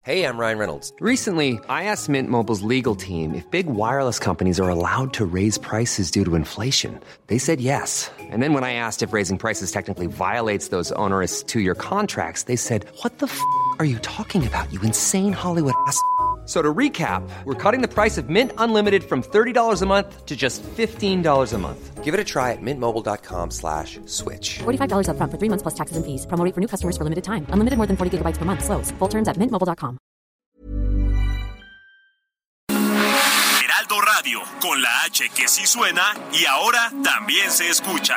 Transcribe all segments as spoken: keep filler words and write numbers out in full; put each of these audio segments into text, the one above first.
Hey, I'm Ryan Reynolds. Recently, I asked Mint Mobile's legal team if big wireless companies are allowed to raise prices due to inflation. They said yes. And then when I asked if raising prices technically violates those onerous two-year contracts, they said, what the f*** are you talking about, you insane Hollywood ass f- So to recap, we're cutting the price of Mint Unlimited from thirty dollars a month to just fifteen dollars a month. Give it a try at mintmobile.com slash switch. forty-five dollars up front for three months plus taxes and fees. Promo rate for new customers for limited time. Unlimited more than forty gigabytes per month. Slows full terms at mint mobile dot com. Heraldo Radio, con la H que sí suena y ahora también se escucha.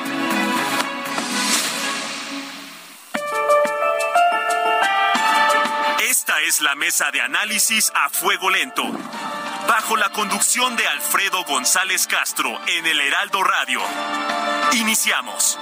Esta es la mesa de análisis a fuego lento, bajo la conducción de Alfredo González Castro en el Heraldo Radio. Iniciamos.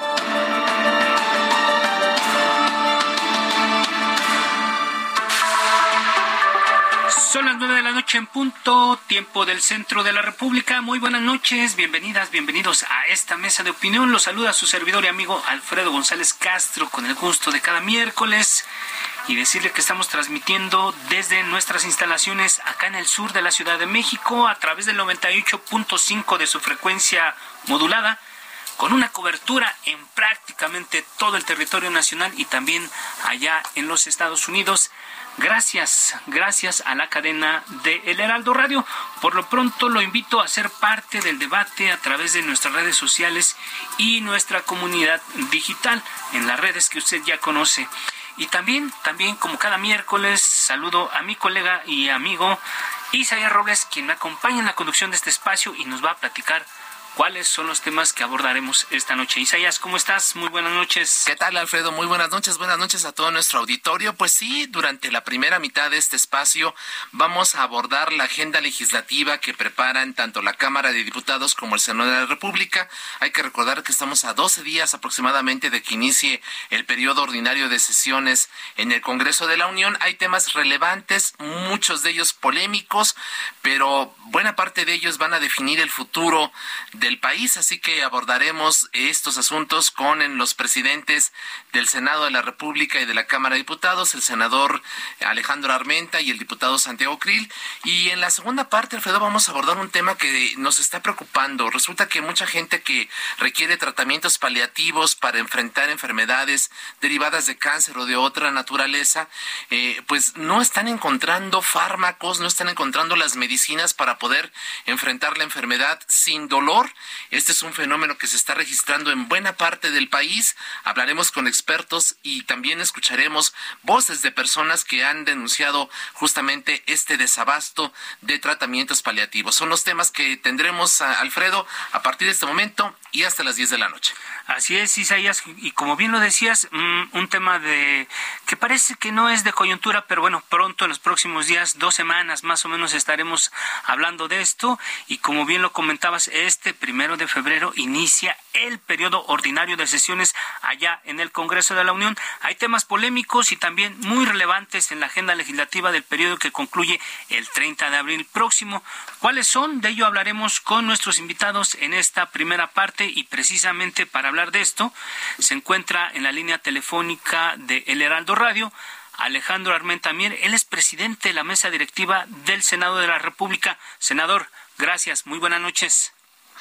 Son las nueve de la noche en punto, tiempo del centro de la República. Muy buenas noches, bienvenidas, bienvenidos a esta mesa de opinión. Los saluda su servidor y amigo Alfredo González Castro con el gusto de cada miércoles. Y decirle que estamos transmitiendo desde nuestras instalaciones acá en el sur de la Ciudad de México a través del noventa y ocho punto cinco de su frecuencia modulada, con una cobertura en prácticamente todo el territorio nacional y también allá en los Estados Unidos. Gracias, gracias a la cadena de El Heraldo Radio. Por lo pronto lo invito a ser parte del debate a través de nuestras redes sociales y nuestra comunidad digital en las redes que usted ya conoce. Y también, también como cada miércoles, saludo a mi colega y amigo Isaías Robles, quien me acompaña en la conducción de este espacio y nos va a platicar cuáles son los temas que abordaremos esta noche. Isaías, ¿cómo estás? Muy buenas noches. ¿Qué tal, Alfredo? Muy buenas noches. Buenas noches a todo nuestro auditorio. Pues sí, durante la primera mitad de este espacio vamos a abordar la agenda legislativa que preparan tanto la Cámara de Diputados como el Senado de la República. Hay que recordar que estamos a doce días aproximadamente de que inicie el periodo ordinario de sesiones en el Congreso de la Unión. Hay temas relevantes, muchos de ellos polémicos, pero buena parte de ellos van a definir el futuro del país, así que abordaremos estos asuntos con los presidentes del Senado de la República y de la Cámara de Diputados, el senador Alejandro Armenta y el diputado Santiago Krill. Y en la segunda parte, Alfredo, vamos a abordar un tema que nos está preocupando. Resulta que mucha gente que requiere tratamientos paliativos para enfrentar enfermedades derivadas de cáncer o de otra naturaleza, eh, pues no están encontrando fármacos, no están encontrando las medicinas para poder enfrentar la enfermedad sin dolor. Este es un fenómeno que se está registrando en buena parte del país. Hablaremos con expertos y también escucharemos voces de personas que han denunciado justamente este desabasto de tratamientos paliativos. Son los temas que tendremos, Alfredo, a partir de este momento y hasta las diez de la noche. Así es, Isaías, y como bien lo decías, un tema de que parece que no es de coyuntura, pero bueno, pronto, en los próximos días, dos semanas más o menos, estaremos hablando de esto. Y como bien lo comentabas, este primero de febrero inicia el periodo ordinario de sesiones allá en el Congreso de la Unión. Hay temas polémicos y también muy relevantes en la agenda legislativa del periodo que concluye el treinta de abril próximo. ¿Cuáles son? De ello hablaremos con nuestros invitados en esta primera parte, y precisamente para hablar de esto se encuentra en la línea telefónica de El Heraldo Radio Alejandro Armenta Mier. Él es presidente de la mesa directiva del Senado de la República. Senador, gracias, muy buenas noches.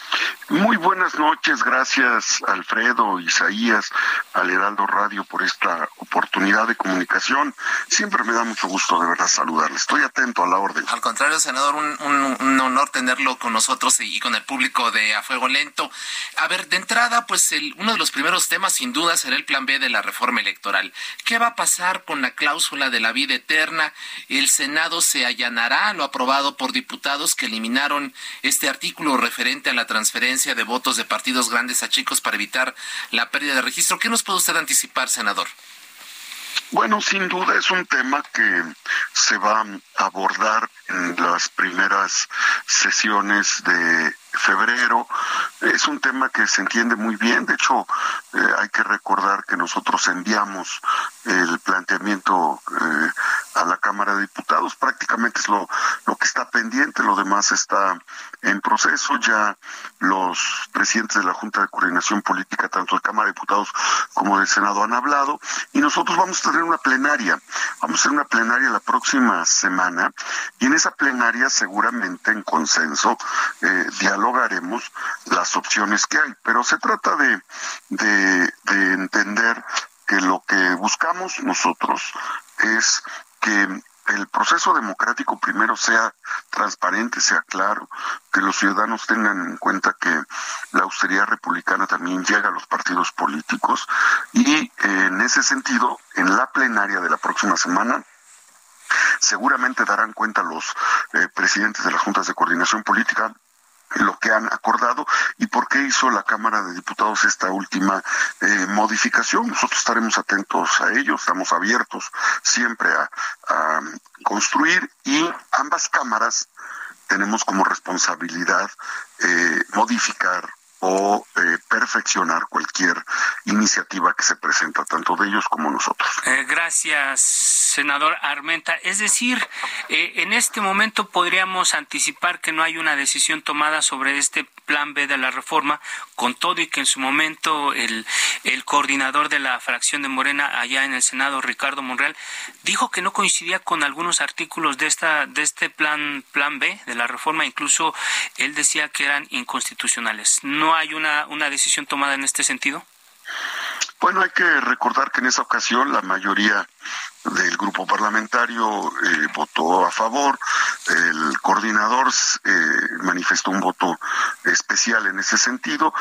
Muy buenas noches, gracias Alfredo, Isaías, al Heraldo Radio por esta oportunidad de comunicación. Siempre me da mucho gusto de verdad saludarles. Estoy atento a la orden. Al contrario, senador, un, un, un honor tenerlo con nosotros y con el público de A Fuego Lento. A ver, de entrada, pues el, uno de los primeros temas sin duda será el plan B de la reforma electoral. ¿Qué va a pasar con la cláusula de la vida eterna? ¿El Senado se allanará a lo aprobado por diputados que eliminaron este artículo referente a la transferencia de votos de partidos grandes a chicos para evitar la pérdida de registro? ¿Qué nos puede usted anticipar, senador? Bueno, sin duda es un tema que se va a abordar en las primeras sesiones de febrero. Es un tema que se entiende muy bien. De hecho, eh, hay que recordar que nosotros enviamos el planteamiento eh, a la Cámara de Diputados. Prácticamente es lo, lo que está pendiente, lo demás está en proceso. Ya los presidentes de la Junta de Coordinación Política, tanto de Cámara de Diputados como del Senado, han hablado, y nosotros vamos a tener una plenaria. Vamos a tener una plenaria la próxima semana, y en esa plenaria seguramente en consenso eh, dialogaremos las opciones que hay. Pero se trata de, de, de entender que lo que buscamos nosotros es que el proceso democrático primero sea transparente, sea claro, que los ciudadanos tengan en cuenta que la austeridad republicana también llega a los partidos políticos, y en ese sentido, en la plenaria de la próxima semana, seguramente darán cuenta los eh, presidentes de las juntas de coordinación política lo que han acordado y por qué hizo la Cámara de Diputados esta última eh, modificación. Nosotros estaremos atentos a ello, estamos abiertos siempre a, a construir, y ambas cámaras tenemos como responsabilidad eh, modificar o eh, perfeccionar cualquier iniciativa que se presenta, tanto de ellos como nosotros. Eh, gracias, senador Armenta. Es decir, eh, en este momento podríamos anticipar que no hay una decisión tomada sobre este plan B de la reforma, con todo y que en su momento el, el coordinador de la fracción de Morena allá en el Senado, Ricardo Monreal, dijo que no coincidía con algunos artículos de esta de este plan plan B de la reforma. Incluso él decía que eran inconstitucionales. ¿No hay una, una decisión tomada en este sentido? Bueno, hay que recordar que en esa ocasión la mayoría del grupo parlamentario eh, votó a favor. El coordinador eh, manifestó un voto especial en ese sentido,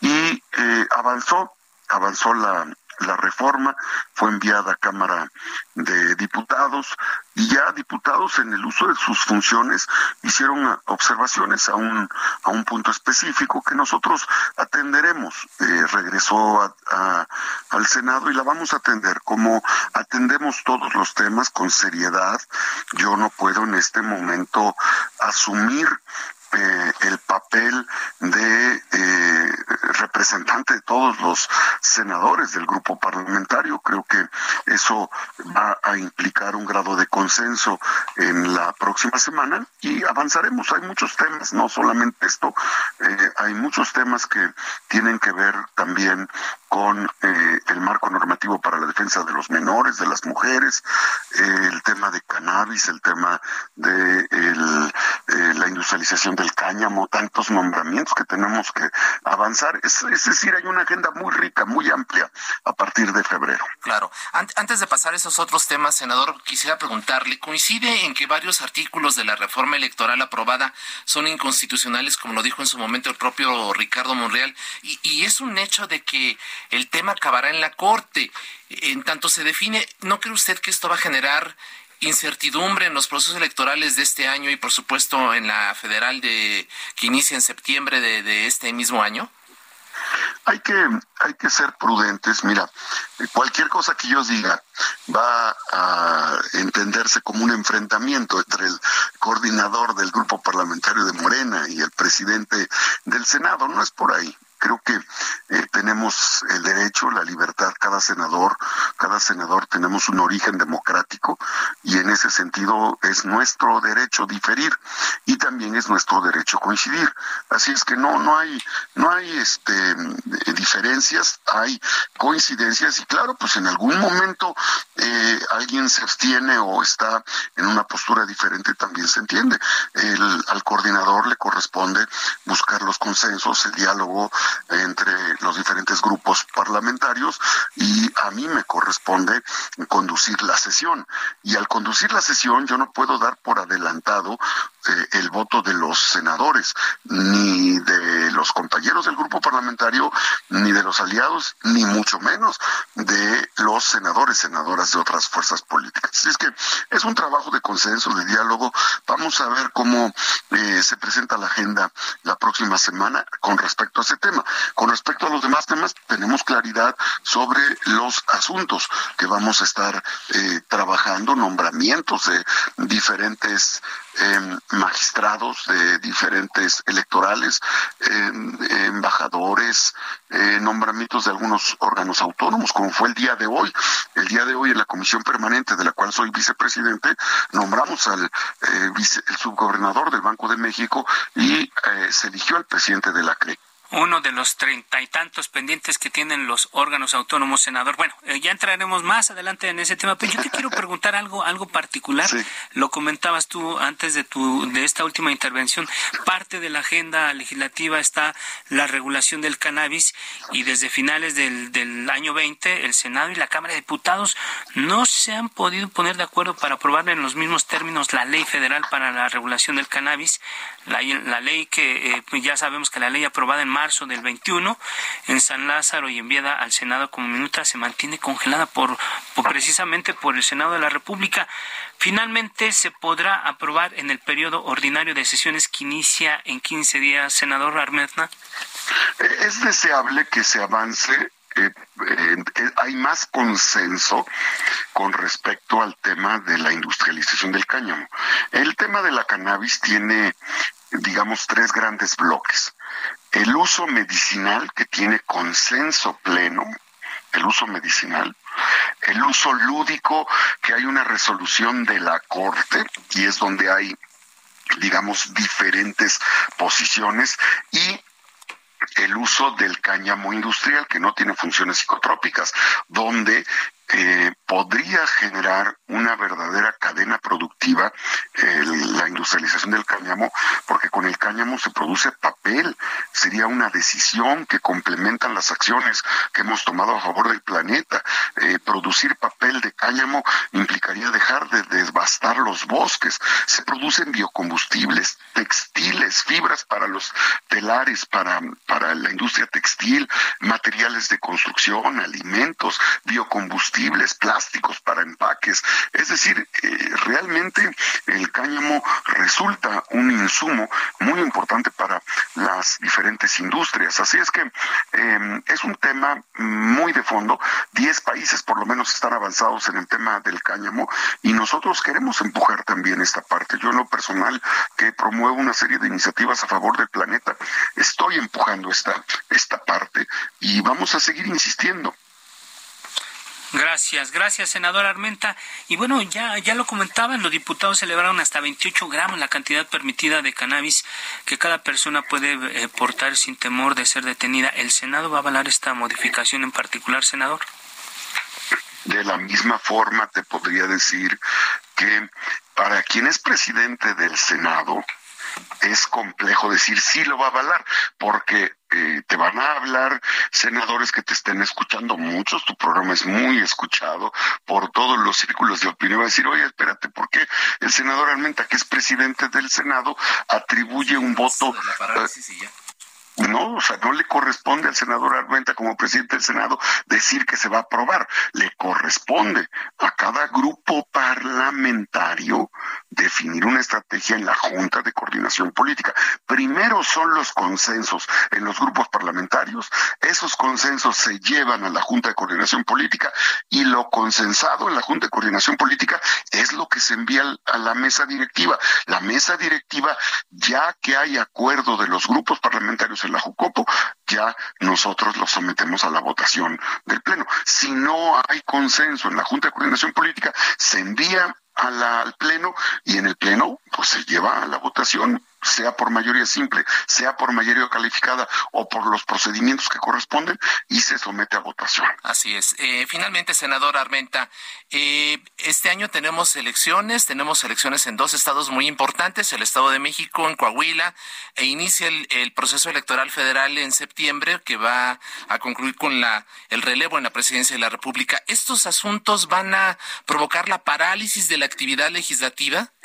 y eh, avanzó, avanzó la la reforma, fue enviada a Cámara de Diputados, y ya diputados en el uso de sus funciones hicieron observaciones a un a un punto específico que nosotros atenderemos. Eh, regresó a, a, al Senado y la vamos a atender. Como atendemos todos los temas con seriedad, yo no puedo en este momento asumir Eh, el papel de eh, representante de todos los senadores del grupo parlamentario. Creo que eso va a implicar un grado de consenso en la próxima semana, y avanzaremos. Hay muchos temas, no solamente esto, eh, hay muchos temas que tienen que ver también con eh, el marco normativo para la defensa de los menores, de las mujeres, eh, el tema de cannabis, el tema de el, eh, la industrialización del cáñamo, tantos nombramientos que tenemos que avanzar. Es, es decir, hay una agenda muy rica, muy amplia a partir de febrero. Claro. Antes de pasar a esos otros temas, senador, quisiera preguntarle, ¿coincide en que varios artículos de la reforma electoral aprobada son inconstitucionales, como lo dijo en su momento el propio Ricardo Monreal? Y, y es un hecho de que el tema acabará en la Corte. En tanto se define, ¿no cree usted que esto va a generar incertidumbre en los procesos electorales de este año y, por supuesto, en la federal de que inicia en septiembre de, de este mismo año? Hay que hay que ser prudentes. Mira, cualquier cosa que yo diga va a entenderse como un enfrentamiento entre el coordinador del grupo parlamentario de Morena y el presidente del Senado. No es por ahí. Creo que eh, tenemos el derecho, la libertad, cada senador, cada senador tenemos un origen democrático, y en ese sentido es nuestro derecho diferir, y también es nuestro derecho coincidir. Así es que no no hay no hay este diferencias, hay coincidencias, y claro, pues en algún momento eh, alguien se abstiene o está en una postura diferente, también se entiende. El, al coordinador le corresponde buscar los consensos, el diálogo entre los diferentes grupos parlamentarios, y a mí me corresponde conducir la sesión. Y al conducir la sesión yo no puedo dar por adelantado eh, el voto de los senadores, ni de los compañeros del grupo parlamentario, ni de los aliados, ni mucho menos de los senadores, senadoras de otras fuerzas políticas. Así es que es un trabajo de consenso, de diálogo. Vamos a ver cómo eh, se presenta la agenda la próxima semana con respecto a ese tema. Con respecto a los demás temas, tenemos claridad sobre los asuntos que vamos a estar eh, trabajando, nombramientos de diferentes eh, magistrados, de diferentes electorales, eh, embajadores, eh, nombramientos de algunos órganos autónomos, como fue el día de hoy. El día de hoy en la Comisión Permanente, de la cual soy vicepresidente, nombramos al eh, vice, el subgobernador del Banco de México y eh, se eligió al presidente de la C R E. Uno de los treinta y tantos pendientes que tienen los órganos autónomos, senador. Bueno, eh, ya entraremos más adelante en ese tema, pero yo te quiero preguntar algo, algo particular. Sí. Lo comentabas tú antes de tu, de esta última intervención. Parte de la agenda legislativa está la regulación del cannabis y desde finales del, del año veinte, el Senado y la Cámara de Diputados no se han podido poner de acuerdo para aprobar en los mismos términos la ley federal para la regulación del cannabis. La, la ley que eh, ya sabemos que la ley aprobada en marzo del veintiuno en San Lázaro y enviada al Senado como minuta se mantiene congelada por, por precisamente por el Senado de la República. Finalmente se podrá aprobar en el periodo ordinario de sesiones que inicia en quince días, senador Armenta. Es deseable que se avance. Eh, eh, hay más consenso con respecto al tema de la industrialización del cáñamo. El tema de la cannabis tiene, digamos, tres grandes bloques. El uso medicinal, que tiene consenso pleno, el uso medicinal. El uso lúdico, que hay una resolución de la Corte, y es donde hay, digamos, diferentes posiciones, y el uso del cáñamo industrial, que no tiene funciones psicotrópicas, donde eh, podría generar una verdadera cadena productiva eh, la industrialización del cáñamo, porque con el cáñamo se produce papel. Sería una decisión que complementan las acciones que hemos tomado a favor del planeta. Eh, producir papel de cáñamo implicaría dejar de devastar los bosques. Se producen biocombustibles, textiles, fibras para los telares, para, para la industria textil, materiales de construcción, alimentos, biocombustibles, plásticos para empaques. Es decir, eh, realmente el cáñamo resulta un insumo muy importante para las diferentes industrias. Así es que eh, es un tema muy de fondo. Diez países por lo menos están avanzados en el tema del cáñamo y nosotros queremos empujar también esta parte. Yo en lo personal, que promuevo una serie de iniciativas a favor del planeta, estoy empujando esta, esta parte y vamos a seguir insistiendo. Gracias, gracias, senador Armenta. Y bueno, ya ya lo comentaban, los diputados celebraron hasta veintiocho gramos la cantidad permitida de cannabis que cada persona puede eh, portar sin temor de ser detenida. ¿El Senado va a avalar esta modificación en particular, senador? De la misma forma te podría decir que para quien es presidente del Senado es complejo decir sí lo va a avalar, porque eh, te van a hablar senadores que te estén escuchando muchos, tu programa es muy escuchado por todos los círculos de opinión, va a decir, oye, espérate, ¿por qué el senador Armenta, que es presidente del Senado, atribuye un voto? No, o sea, no le corresponde al senador Armenta como presidente del Senado decir que se va a aprobar. Le corresponde a cada grupo parlamentario definir una estrategia en la Junta de Coordinación Política. Primero son los consensos en los grupos parlamentarios, esos consensos se llevan a la Junta de Coordinación Política y lo consensado en la Junta de Coordinación Política es lo que se envía a la mesa directiva. La mesa directiva, ya que hay acuerdo de los grupos parlamentarios en la Jucopo, ya nosotros lo sometemos a la votación del Pleno. Si no hay consenso en la Junta de Coordinación Política, se envía a la, al Pleno y en el Pleno pues se lleva a la votación, sea por mayoría simple, sea por mayoría calificada o por los procedimientos que corresponden y se somete a votación. Así es. Eh, finalmente, senador Armenta, eh, este año tenemos elecciones, tenemos elecciones en dos estados muy importantes, el Estado de México, en Coahuila, e inicia el, el proceso electoral federal en septiembre, que va a concluir con la el relevo en la presidencia de la República. ¿Estos asuntos van a provocar la parálisis de la actividad legislativa?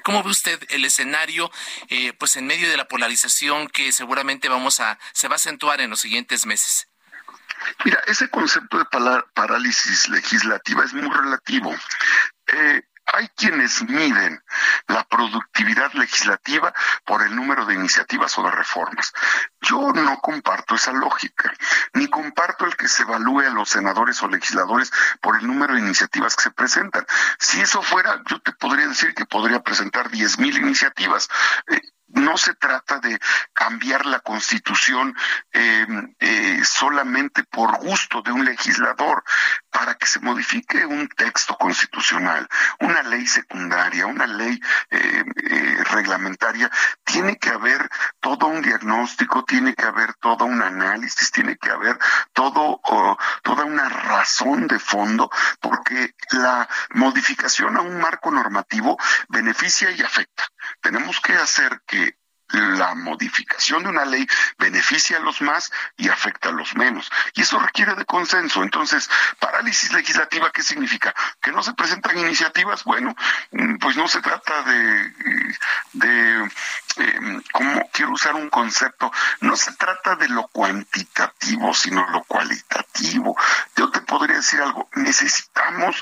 ¿Cómo ve usted el escenario, eh, pues en medio de la polarización que seguramente vamos a, se va a acentuar en los siguientes meses? Mira, ese concepto de parálisis legislativa es muy relativo. Eh, Hay quienes miden la productividad legislativa por el número de iniciativas o de reformas. Yo no comparto esa lógica, ni comparto el que se evalúe a los senadores o legisladores por el número de iniciativas que se presentan. Si eso fuera, yo te podría decir que podría presentar diez mil iniciativas. Eh, No se trata de cambiar la Constitución eh, eh, solamente por gusto de un legislador. Para que se modifique un texto constitucional, una ley secundaria, una ley eh, eh, reglamentaria, tiene que haber todo un diagnóstico, tiene que haber todo un análisis, tiene que haber todo oh, toda una razón de fondo, porque la modificación a un marco normativo beneficia y afecta. Tenemos que hacer que la modificación de una ley beneficia a los más y afecta a los menos. Y eso requiere de consenso. Entonces, parálisis legislativa, ¿qué significa? ¿Que no se presentan iniciativas? Bueno, pues no se trata de, de eh, ¿cómo quiero usar un concepto? No se trata de lo cuantitativo, sino lo cualitativo. Yo te podría decir algo. Necesitamos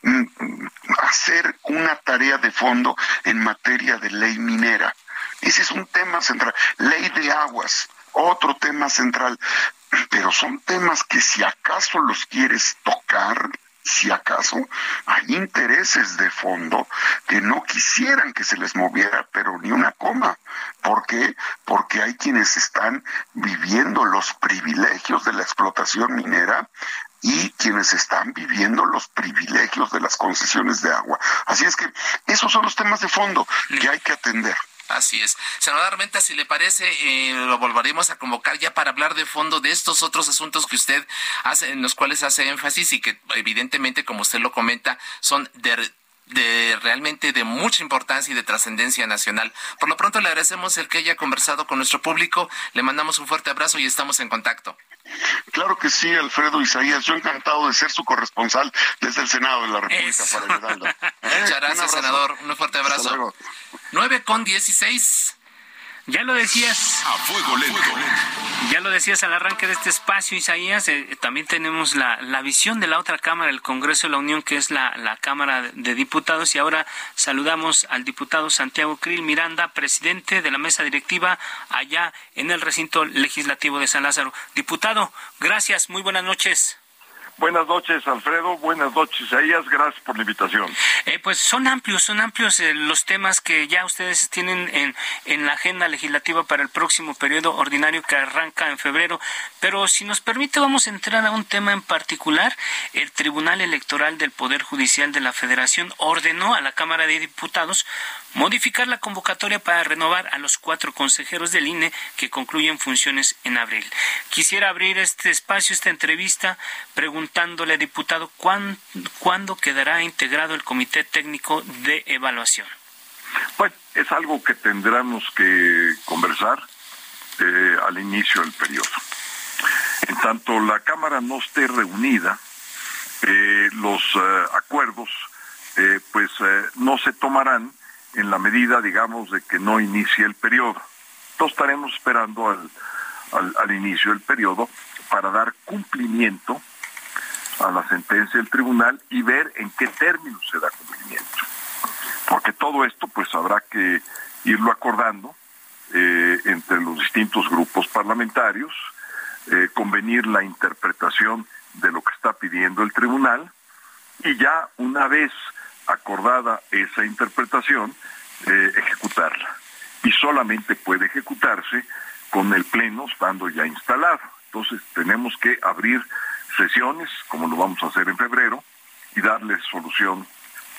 mm, hacer una tarea de fondo en materia de ley minera. Ese es un tema central. Ley de aguas, otro tema central. Pero son temas que si acaso los quieres tocar, si acaso, hay intereses de fondo que no quisieran que se les moviera, pero ni una coma. ¿Por qué? Porque hay quienes están viviendo los privilegios de la explotación minera y quienes están viviendo los privilegios de las concesiones de agua. Así es que esos son los temas de fondo que hay que atender. Así es. Senador Armenta, si le parece, eh, lo volveremos a convocar ya para hablar de fondo de estos otros asuntos que usted hace, en los cuales hace énfasis y que evidentemente, como usted lo comenta, son de... de realmente de mucha importancia y de trascendencia nacional. Por lo pronto le agradecemos el que haya conversado con nuestro público, le mandamos un fuerte abrazo y estamos en contacto. Claro que sí, Alfredo Isaías, yo encantado de ser su corresponsal desde el Senado de la República. Eso. Para el Heraldo. ¿Eh? Muchas gracias, senador, un fuerte abrazo. nueve con dieciséis. Ya lo decías. A fuego lento. Ya lo decías al arranque de este espacio, Isaías. Eh, también tenemos la, la visión de la otra Cámara del Congreso de la Unión, que es la, la Cámara de Diputados. Y ahora saludamos al diputado Santiago Krill Miranda, presidente de la mesa directiva allá en el recinto legislativo de San Lázaro. Diputado, gracias. Muy buenas noches. Buenas noches, Alfredo. Buenas noches, Isaías. Gracias por la invitación. Eh, pues son amplios, son amplios eh, los temas que ya ustedes tienen en, en la agenda legislativa para el próximo periodo ordinario que arranca en febrero. Pero si nos permite, vamos a entrar a un tema en particular. El Tribunal Electoral del Poder Judicial de la Federación ordenó a la Cámara de Diputados modificar la convocatoria para renovar a los cuatro consejeros del I N E que concluyen funciones en abril. Quisiera abrir este espacio, esta entrevista, preguntándole, diputado, ¿cuándo, ¿cuándo quedará integrado el Comité Técnico de Evaluación? Bueno, es algo que tendremos que conversar eh, al inicio del periodo. En tanto la Cámara no esté reunida, eh, los eh, acuerdos eh, pues eh, no se tomarán en la medida, digamos, de que no inicie el periodo. Entonces estaremos esperando al, al, al inicio del periodo para dar cumplimiento a la sentencia del tribunal y ver en qué términos se da cumplimiento. Porque todo esto pues habrá que irlo acordando eh, entre los distintos grupos parlamentarios, eh, convenir la interpretación de lo que está pidiendo el tribunal y ya una vez acordada esa interpretación, eh, ejecutarla. Y solamente puede ejecutarse con el Pleno estando ya instalado. Entonces tenemos que abrir sesiones, como lo vamos a hacer en febrero, y darle solución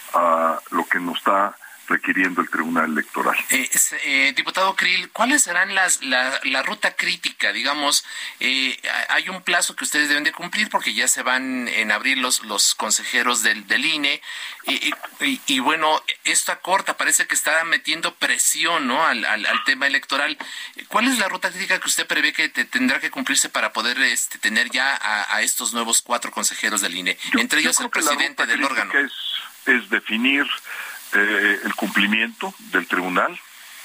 a lo que nos está requiriendo el Tribunal Electoral. Eh, eh, diputado Krill, ¿cuáles serán las la, la ruta crítica? Digamos, eh, hay un plazo que ustedes deben de cumplir porque ya se van en abril los, los consejeros del, del I N E y, y, y bueno, esto acorta, parece que está metiendo presión, ¿no?, al, al, al tema electoral. ¿Cuál es la ruta crítica que usted prevé que te, tendrá que cumplirse para poder este, tener ya a, a estos nuevos cuatro consejeros del I N E? Yo, Entre ellos el presidente del órgano. Es, es definir eh, el cumplimiento del tribunal,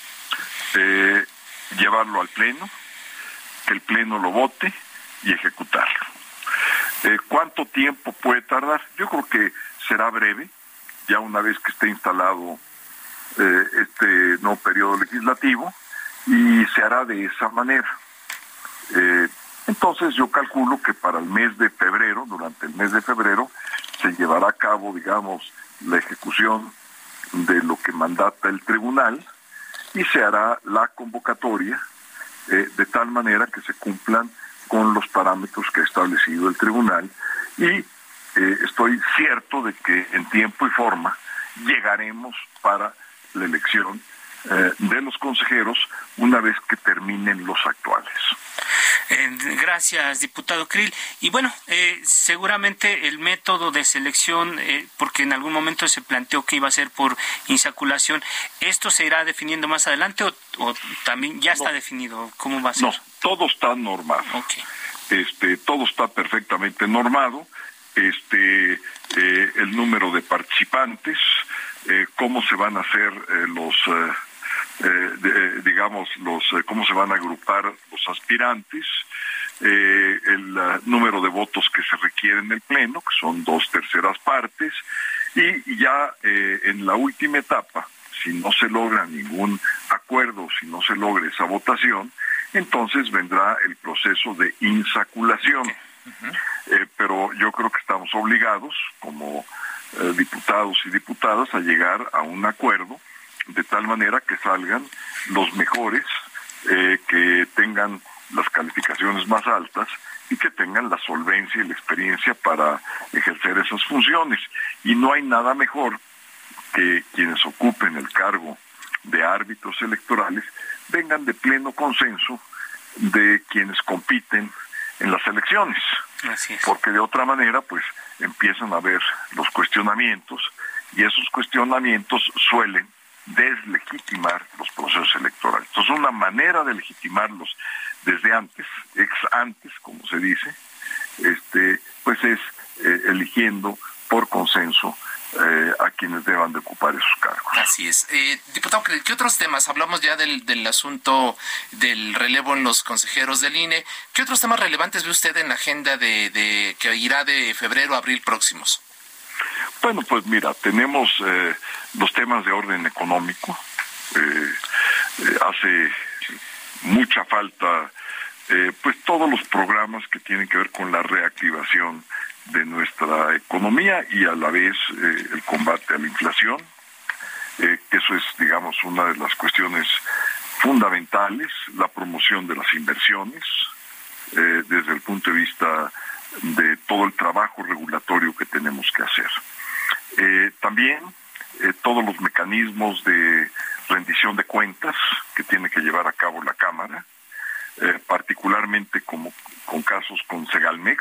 eh, llevarlo al Pleno, que el Pleno lo vote y ejecutarlo. Eh, ¿Cuánto tiempo puede tardar? Yo creo que será breve, ya una vez que esté instalado eh, este nuevo periodo legislativo, y se hará de esa manera. Eh, entonces yo calculo que para el mes de febrero, durante el mes de febrero, se llevará a cabo, digamos, la ejecución de lo que mandata el tribunal y se hará la convocatoria eh, de tal manera que se cumplan con los parámetros que ha establecido el tribunal, y eh, estoy cierto de que en tiempo y forma llegaremos para la elección eh, de los consejeros una vez que terminen los actuales. Eh, gracias, diputado Krill. Y bueno, eh, seguramente el método de selección, eh, porque en algún momento se planteó que iba a ser por insaculación, ¿esto se irá definiendo más adelante o, o también ya está no, definido? ¿Cómo va a ser? No, todo está normado. Okay. Este, todo está perfectamente normado. Este, eh, el número de participantes, eh, cómo se van a hacer eh, los... Eh, Eh, de, digamos, los eh, cómo se van a agrupar los aspirantes, eh, el uh, número de votos que se requiere en el Pleno, que son dos terceras partes, y ya eh, en la última etapa, si no se logra ningún acuerdo, si no se logra esa votación, entonces vendrá el proceso de insaculación. Uh-huh. Eh, pero yo creo que estamos obligados, como eh, diputados y diputadas, a llegar a un acuerdo de tal manera que salgan los mejores, eh, que tengan las calificaciones más altas y que tengan la solvencia y la experiencia para ejercer esas funciones. Y no hay nada mejor que quienes ocupen el cargo de árbitros electorales vengan de pleno consenso de quienes compiten en las elecciones. Así es. Porque de otra manera, pues, empiezan a haber los cuestionamientos, y esos cuestionamientos suelen deslegitimar los procesos electorales. Entonces, una manera de legitimarlos desde antes, ex antes, como se dice, este, pues es eh, eligiendo por consenso eh, a quienes deban de ocupar esos cargos. Así es. Eh, diputado, ¿qué otros temas? Hablamos ya del, del asunto del relevo en los consejeros del I N E. ¿Qué otros temas relevantes ve usted en la agenda de, de que irá de febrero a abril próximos? Bueno, pues mira, tenemos eh, los temas de orden económico. Eh, eh, hace mucha falta, eh, pues todos los programas que tienen que ver con la reactivación de nuestra economía y a la vez eh, el combate a la inflación. Eh, eso es, digamos, una de las cuestiones fundamentales, la promoción de las inversiones, eh, desde el punto de vista de todo el trabajo regulatorio que tenemos que hacer. Eh, también eh, todos los mecanismos de rendición de cuentas que tiene que llevar a cabo la Cámara, eh, particularmente como con casos con Segalmex.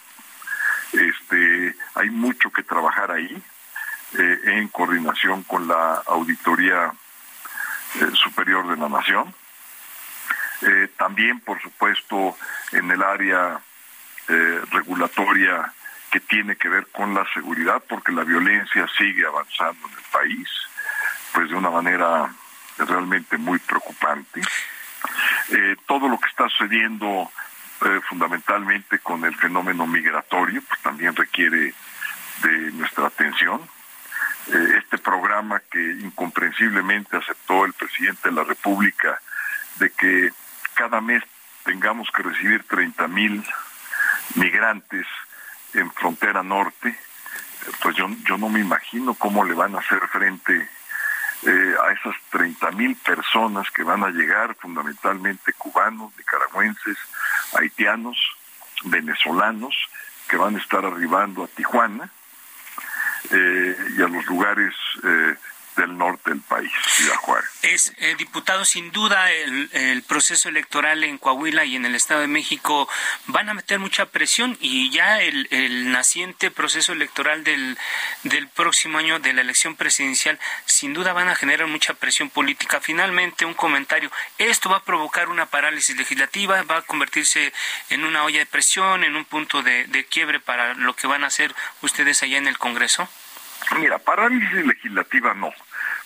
Este, hay mucho que trabajar ahí, eh, en coordinación con la Auditoría eh, Superior de la Nación. Eh, también, por supuesto, en el área eh, regulatoria que tiene que ver con la seguridad, porque la violencia sigue avanzando en el país, pues de una manera realmente muy preocupante. Eh, todo lo que está sucediendo eh, fundamentalmente con el fenómeno migratorio, pues también requiere de nuestra atención. Eh, este programa que incomprensiblemente aceptó el presidente de la República, de que cada mes tengamos que recibir treinta mil migrantes en frontera norte, pues yo, yo no me imagino cómo le van a hacer frente eh, a esas treinta mil personas que van a llegar, fundamentalmente cubanos, nicaragüenses, haitianos, venezolanos, que van a estar arribando a Tijuana eh, y a los lugares eh, del norte del país, Ciudad Juárez. Es, eh, diputado, sin duda el, el proceso electoral en Coahuila y en el Estado de México van a meter mucha presión, y ya el, el naciente proceso electoral del, del próximo año, de la elección presidencial, sin duda van a generar mucha presión política. Finalmente, un comentario: ¿esto va a provocar una parálisis legislativa? ¿Va a convertirse en una olla de presión, en un punto de, de quiebre para lo que van a hacer ustedes allá en el Congreso? Mira, parálisis legislativa no.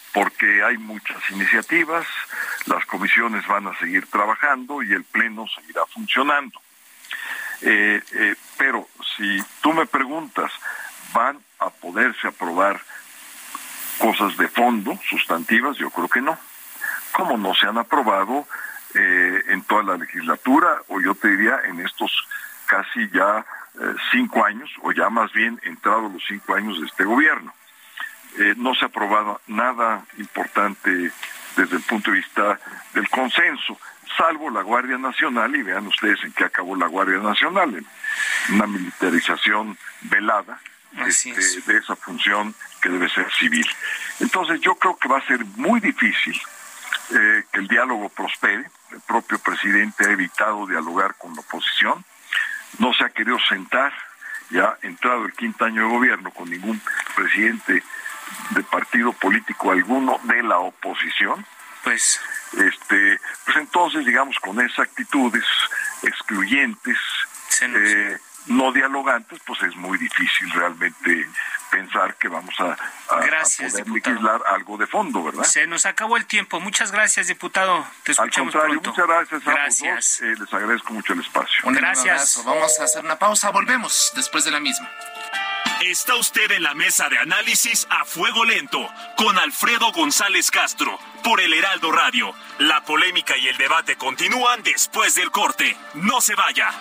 porque hay muchas iniciativas, las comisiones van a seguir trabajando y el Pleno seguirá funcionando. Eh, eh, pero si tú me preguntas, ¿van a poderse aprobar cosas de fondo, sustantivas? Yo creo que no. Como no se han aprobado eh, en toda la legislatura, o yo te diría en estos casi ya eh, cinco años, o ya más bien entrados los cinco años de este gobierno. Eh, no se ha aprobado nada importante desde el punto de vista del consenso, salvo la Guardia Nacional, y vean ustedes en qué acabó la Guardia Nacional, en una militarización velada este, de esa función que debe ser civil. Entonces yo creo que va a ser muy difícil eh, que el diálogo prospere. El propio presidente ha evitado dialogar con la oposición, no se ha querido sentar, ya entrado el quinto año de gobierno, con ningún presidente de partido político alguno de la oposición. Pues, este, pues entonces, digamos, con esas actitudes excluyentes, eh, no dialogantes, pues es muy difícil realmente pensar que vamos a, a, gracias, a poder diputado. legislar algo de fondo, ¿verdad? Se nos acabó el tiempo. Muchas gracias, diputado. Te escuchamos Al contrario, pronto. muchas gracias a Gracias. los dos. Eh, les agradezco mucho el espacio. Un Gracias. abrazo. Vamos a hacer una pausa. Volvemos después de la misma. Está usted en la mesa de análisis a fuego lento con Alfredo González Castro por el Heraldo Radio. La polémica y el debate continúan después del corte. No se vaya.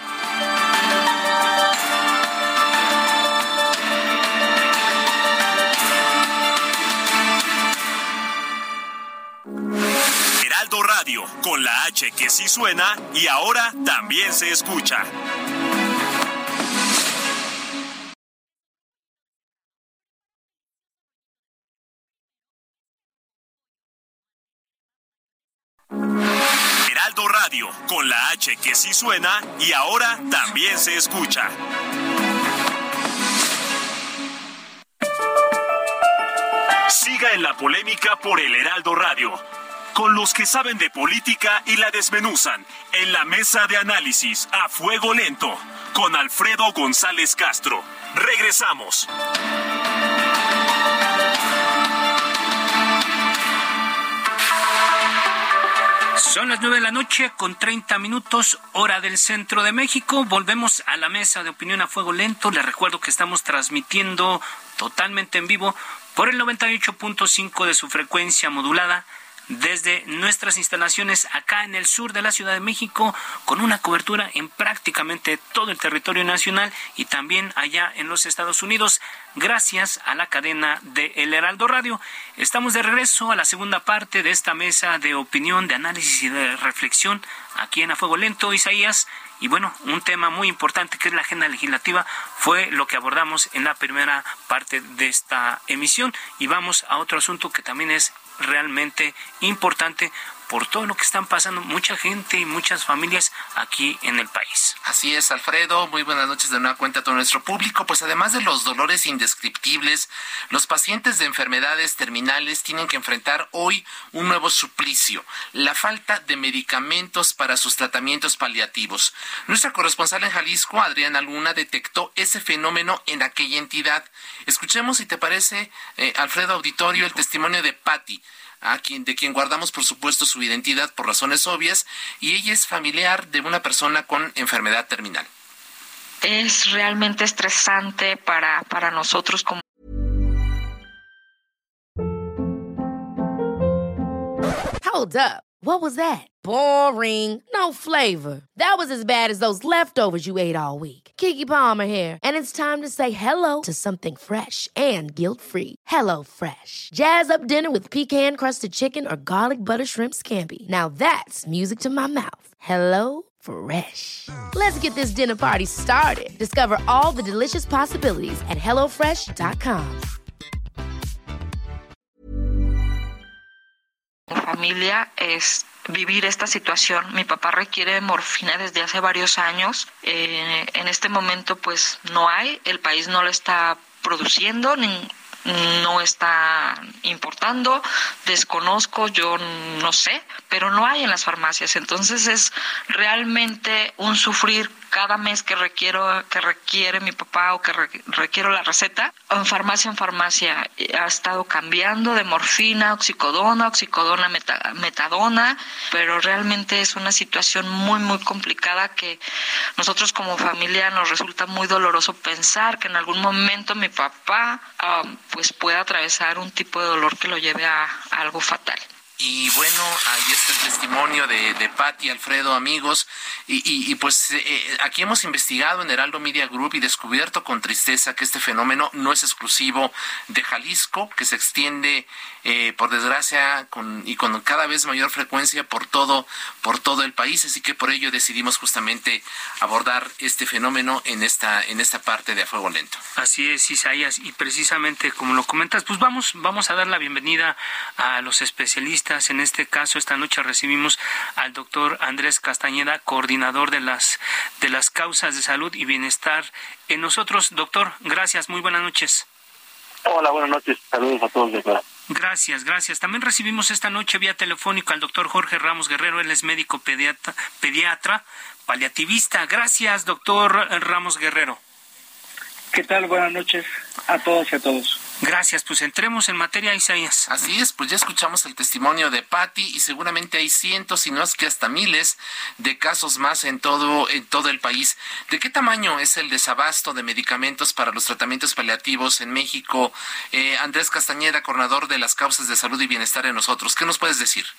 Heraldo Radio, con la H que sí suena y ahora también se escucha. Heraldo Radio, con la H que sí suena y ahora también se escucha. Siga en la polémica por el Heraldo Radio, con los que saben de política y la desmenuzan, en la mesa de análisis a fuego lento, con Alfredo González Castro. Regresamos. Son las nueve de la noche con treinta minutos, hora del centro de México. Volvemos a la mesa de opinión a fuego lento. Les recuerdo que estamos transmitiendo totalmente en vivo por el noventa y ocho punto cinco de su frecuencia modulada desde nuestras instalaciones acá en el sur de la Ciudad de México, con una cobertura en prácticamente todo el territorio nacional y también allá en los Estados Unidos, gracias a la cadena de El Heraldo Radio. Estamos de regreso a la segunda parte de esta mesa de opinión, de análisis y de reflexión aquí en A Fuego Lento, Isaías. Y bueno, un tema muy importante que es la agenda legislativa fue lo que abordamos en la primera parte de esta emisión. Y vamos a otro asunto que también es realmente importante por todo lo que están pasando mucha gente y muchas familias aquí en el país. Así es, Alfredo. Muy buenas noches de nueva cuenta a todo nuestro público. Pues además de los dolores indescriptibles, los pacientes de enfermedades terminales tienen que enfrentar hoy un nuevo suplicio: la falta de medicamentos para sus tratamientos paliativos. Nuestra corresponsal en Jalisco, Adriana Luna, detectó ese fenómeno en aquella entidad. Escuchemos, si te parece, eh, Alfredo Auditorio, el testimonio de Patti, a quien, de quien guardamos, por supuesto, su identidad por razones obvias, y ella es familiar de una persona con enfermedad terminal. Es realmente estresante para, para nosotros como... Hold up. What was that? Boring. No flavor. That was as bad as those leftovers you ate all week. Keke Palmer here, and it's time to say hello to something fresh and guilt-free. Hello Fresh. Jazz up dinner with pecan-crusted chicken or garlic butter shrimp scampi. Now that's music to my mouth. Hello Fresh. Let's get this dinner party started. Discover all the delicious possibilities at hello fresh dot com. Mi familia es vivir esta situación. Mi papá requiere morfina desde hace varios años. Eh, en este momento pues no hay, el país no lo está produciendo, ni, no está importando, desconozco, yo no sé, pero no hay en las farmacias. Entonces es realmente un sufrir cada mes que requiero que requiere mi papá o que re, requiero la receta, en farmacia en farmacia ha estado cambiando de morfina, oxicodona, oxicodona, meta, metadona, pero realmente es una situación muy muy complicada que nosotros como familia nos resulta muy doloroso pensar que en algún momento mi papá um, pues pueda atravesar un tipo de dolor que lo lleve a, a algo fatal. Y bueno, ahí está el testimonio de, de Pati, Alfredo, amigos, y, y, y pues eh, aquí hemos investigado en Heraldo Media Group y descubierto con tristeza que este fenómeno no es exclusivo de Jalisco, que se extiende, eh, por desgracia, con, y con cada vez mayor frecuencia por todo, por todo el país, así que por ello decidimos justamente abordar este fenómeno en esta, en esta parte de A Fuego Lento. Así es, Isaías, y precisamente como lo comentas, pues vamos, vamos a dar la bienvenida a los especialistas. En este caso, esta noche recibimos al doctor Andrés Castañeda, coordinador de las de las causas de salud y bienestar en nosotros. Doctor, gracias, muy buenas noches. Hola, buenas noches, saludos a todos de acá. Gracias, gracias. También recibimos esta noche vía telefónica al doctor Jorge Ramos Guerrero, él es médico pediatra, pediatra paliativista. Gracias, doctor Ramos Guerrero. ¿Qué tal? Buenas noches a todos y a todos. Gracias, pues entremos en materia, Isaías. Así es, pues ya escuchamos el testimonio de Pati y seguramente hay cientos, y no es que hasta miles, de casos más en todo, en todo el país. ¿De qué tamaño es el desabasto de medicamentos para los tratamientos paliativos en México? Eh, Andrés Castañeda, coordinador de las causas de salud y bienestar en nosotros, ¿qué nos puedes decir?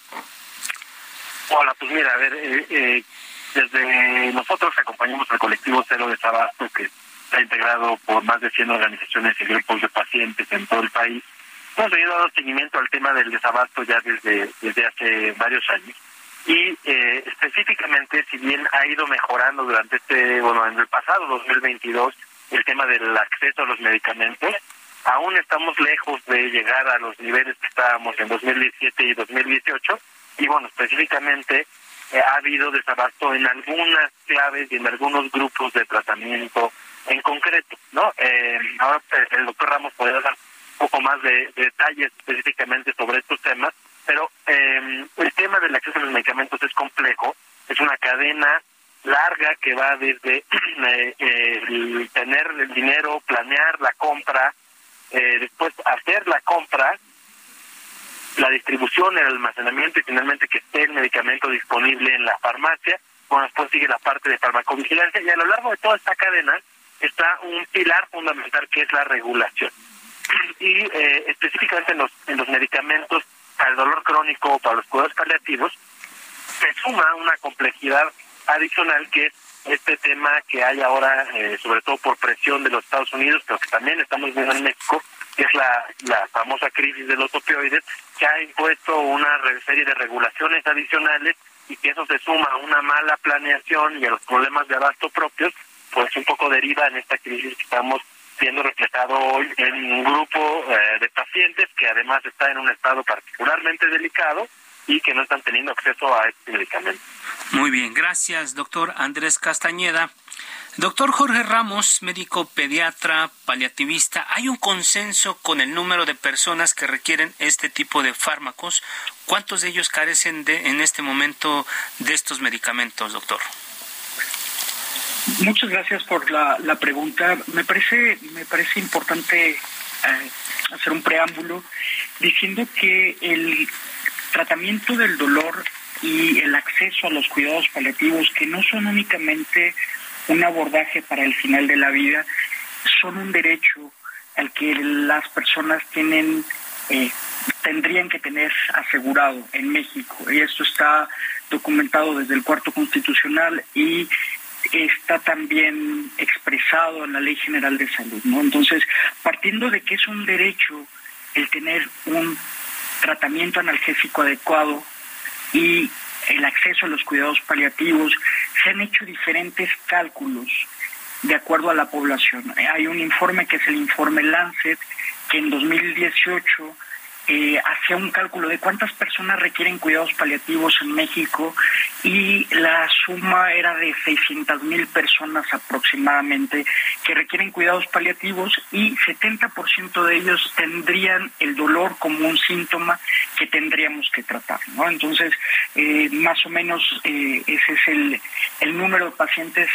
Hola, pues mira, a ver, eh, eh, desde nosotros acompañamos al colectivo Cero Desabasto, que está integrado por más de cien organizaciones y grupos de pacientes en todo el país. Hemos venido dando seguimiento al tema del desabasto ya desde, desde hace varios años. Y eh, específicamente, si bien ha ido mejorando durante este, bueno, en el pasado dos mil veintidós, el tema del acceso a los medicamentos, aún estamos lejos de llegar a los niveles que estábamos en dos mil diecisiete y dos mil dieciocho. Y bueno, específicamente eh, ha habido desabasto en algunas claves y en algunos grupos de tratamiento en concreto, ¿no? Eh, ahora el doctor Ramos podría dar un poco más de, de detalles específicamente sobre estos temas, pero eh, el tema del acceso a los medicamentos es complejo, es una cadena larga que va desde eh, eh, el tener el dinero, planear la compra, eh, después hacer la compra, la distribución, el almacenamiento y finalmente que esté el medicamento disponible en la farmacia. Bueno, después sigue la parte de farmacovigilancia y a lo largo de toda esta cadena está un pilar fundamental que es la regulación. Y eh, específicamente en los, en los medicamentos para el dolor crónico o para los cuidados paliativos, se suma una complejidad adicional que es este tema que hay ahora, eh, sobre todo por presión de los Estados Unidos, pero que también estamos viendo en México, que es la, la famosa crisis de los opioides, que ha impuesto una serie de regulaciones adicionales y que eso se suma a una mala planeación y a los problemas de abasto propios, pues un poco deriva en esta crisis que estamos viendo reflejado hoy en un grupo eh, de pacientes que además está en un estado particularmente delicado y que no están teniendo acceso a este medicamento. Muy bien, gracias, doctor Andrés Castañeda. Doctor Jorge Ramos, médico pediatra paliativista, ¿hay un consenso con el número de personas que requieren este tipo de fármacos? ¿Cuántos de ellos carecen de, en este momento de estos medicamentos, doctor? Muchas gracias por la, la pregunta. Me parece, me parece importante eh, hacer un preámbulo diciendo que el tratamiento del dolor y el acceso a los cuidados paliativos, que no son únicamente un abordaje para el final de la vida, son un derecho al que las personas tienen, eh, tendrían que tener asegurado en México. Y esto está documentado desde el Cuarto Constitucional y está también expresado en la Ley General de Salud, ¿no? Entonces, partiendo de que es un derecho el tener un tratamiento analgésico adecuado y el acceso a los cuidados paliativos, se han hecho diferentes cálculos de acuerdo a la población. Hay un informe que es el informe Lancet, que en dos mil dieciocho eh, hacía un cálculo de cuántas personas requieren cuidados paliativos en México y la suma era de seiscientas mil personas aproximadamente que requieren cuidados paliativos y setenta por ciento de ellos tendrían el dolor como un síntoma que tendríamos que tratar, ¿no? Entonces, eh, más o menos eh, ese es el, el número de pacientes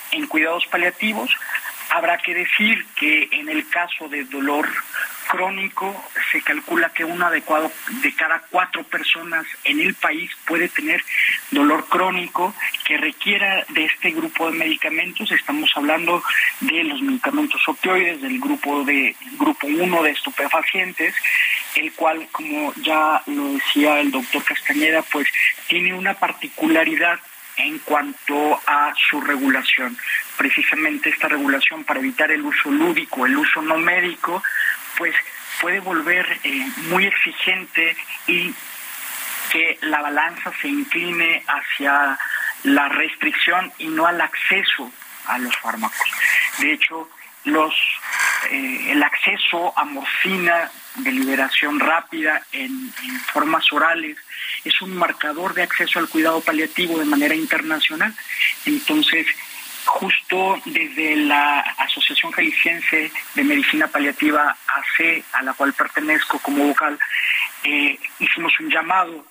en cuidados paliativos. Habrá que decir que en el caso de dolor crónico se calcula que uno adecuado de cada cuatro personas en el país puede tener dolor crónico que requiera de este grupo de medicamentos. Estamos hablando de los medicamentos opioides, del grupo de grupo uno de estupefacientes, el cual, como ya lo decía el doctor Castañeda, pues tiene una particularidad en cuanto a su regulación. Precisamente esta regulación, para evitar el uso lúdico, el uso no médico, pues puede volver eh, muy exigente y que la balanza se incline hacia la restricción y no al acceso a los fármacos. De hecho, los eh, el acceso a morfina de liberación rápida en, en formas orales es un marcador de acceso al cuidado paliativo de manera internacional. Entonces, justo desde la Asociación Jalisciense de Medicina Paliativa, A C, a la cual pertenezco como vocal, eh, hicimos un llamado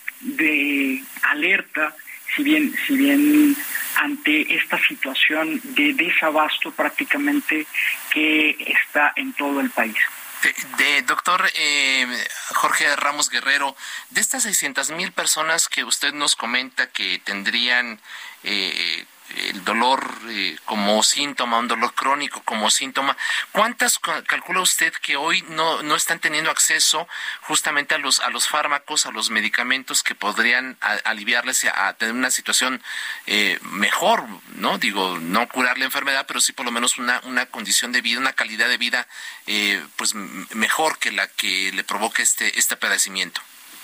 de alerta, si bien, si bien ante esta situación de desabasto prácticamente que está en todo el país. De, de doctor eh, Jorge Ramos Guerrero, de estas seiscientas mil personas que usted nos comenta que tendrían eh, el dolor eh, como síntoma, un dolor crónico como síntoma, ¿cuántas calcula usted que hoy no no están teniendo acceso justamente a los a los fármacos, a los medicamentos que podrían a, aliviarles a, a tener una situación eh, mejor, no digo no curar la enfermedad, pero sí por lo menos una una condición de vida, una calidad de vida eh, pues mejor que la que le provoca este este padecimiento?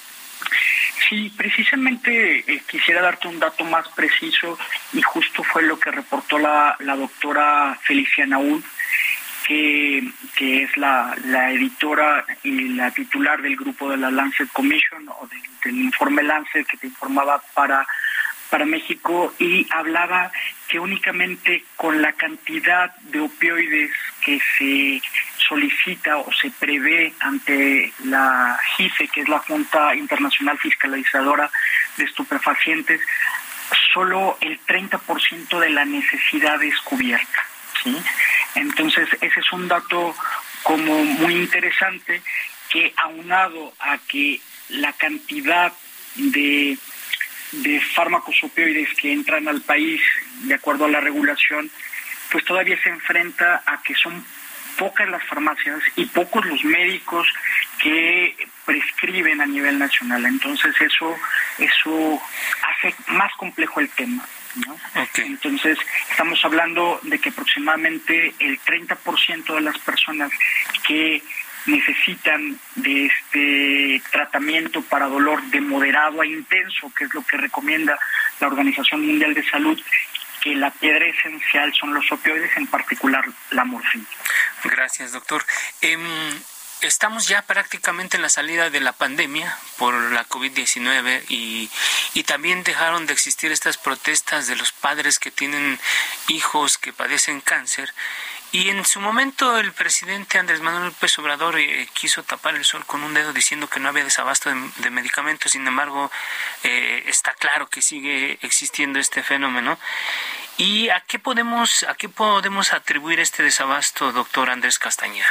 Sí, precisamente eh, quisiera darte un dato más preciso y justo fue lo que reportó la, la doctora Felicia Naúl, que, que es la, la editora y la titular del grupo de la Lancet Commission o del, del informe Lancet que te informaba para, para México, y hablaba que únicamente con la cantidad de opioides que se solicita o se prevé ante la J I F E, que es la Junta Internacional Fiscalizadora de Estupefacientes, solo el treinta por ciento de la necesidad es cubierta, ¿sí? Entonces, ese es un dato como muy interesante, que aunado a que la cantidad de, de fármacos opioides que entran al país, de acuerdo a la regulación, pues todavía se enfrenta a que son pocas las farmacias y pocos los médicos que prescriben a nivel nacional. Entonces eso eso hace más complejo el tema, ¿no? Okay. Entonces estamos hablando de que aproximadamente el treinta por ciento de las personas que necesitan de este tratamiento para dolor de moderado a intenso, que es lo que recomienda la Organización Mundial de Salud, que la piedra esencial son los opioides, en particular la morfina. Gracias, doctor. Eh, estamos ya prácticamente en la salida de la pandemia por la COVID diecinueve y, y también dejaron de existir estas protestas de los padres que tienen hijos que padecen cáncer. Y en su momento el presidente Andrés Manuel López Obrador eh, quiso tapar el sol con un dedo diciendo que no había desabasto de, de medicamentos. Sin embargo, eh, está claro que sigue existiendo este fenómeno. ¿Y a qué podemos a qué podemos atribuir este desabasto, doctor Andrés Castañeda?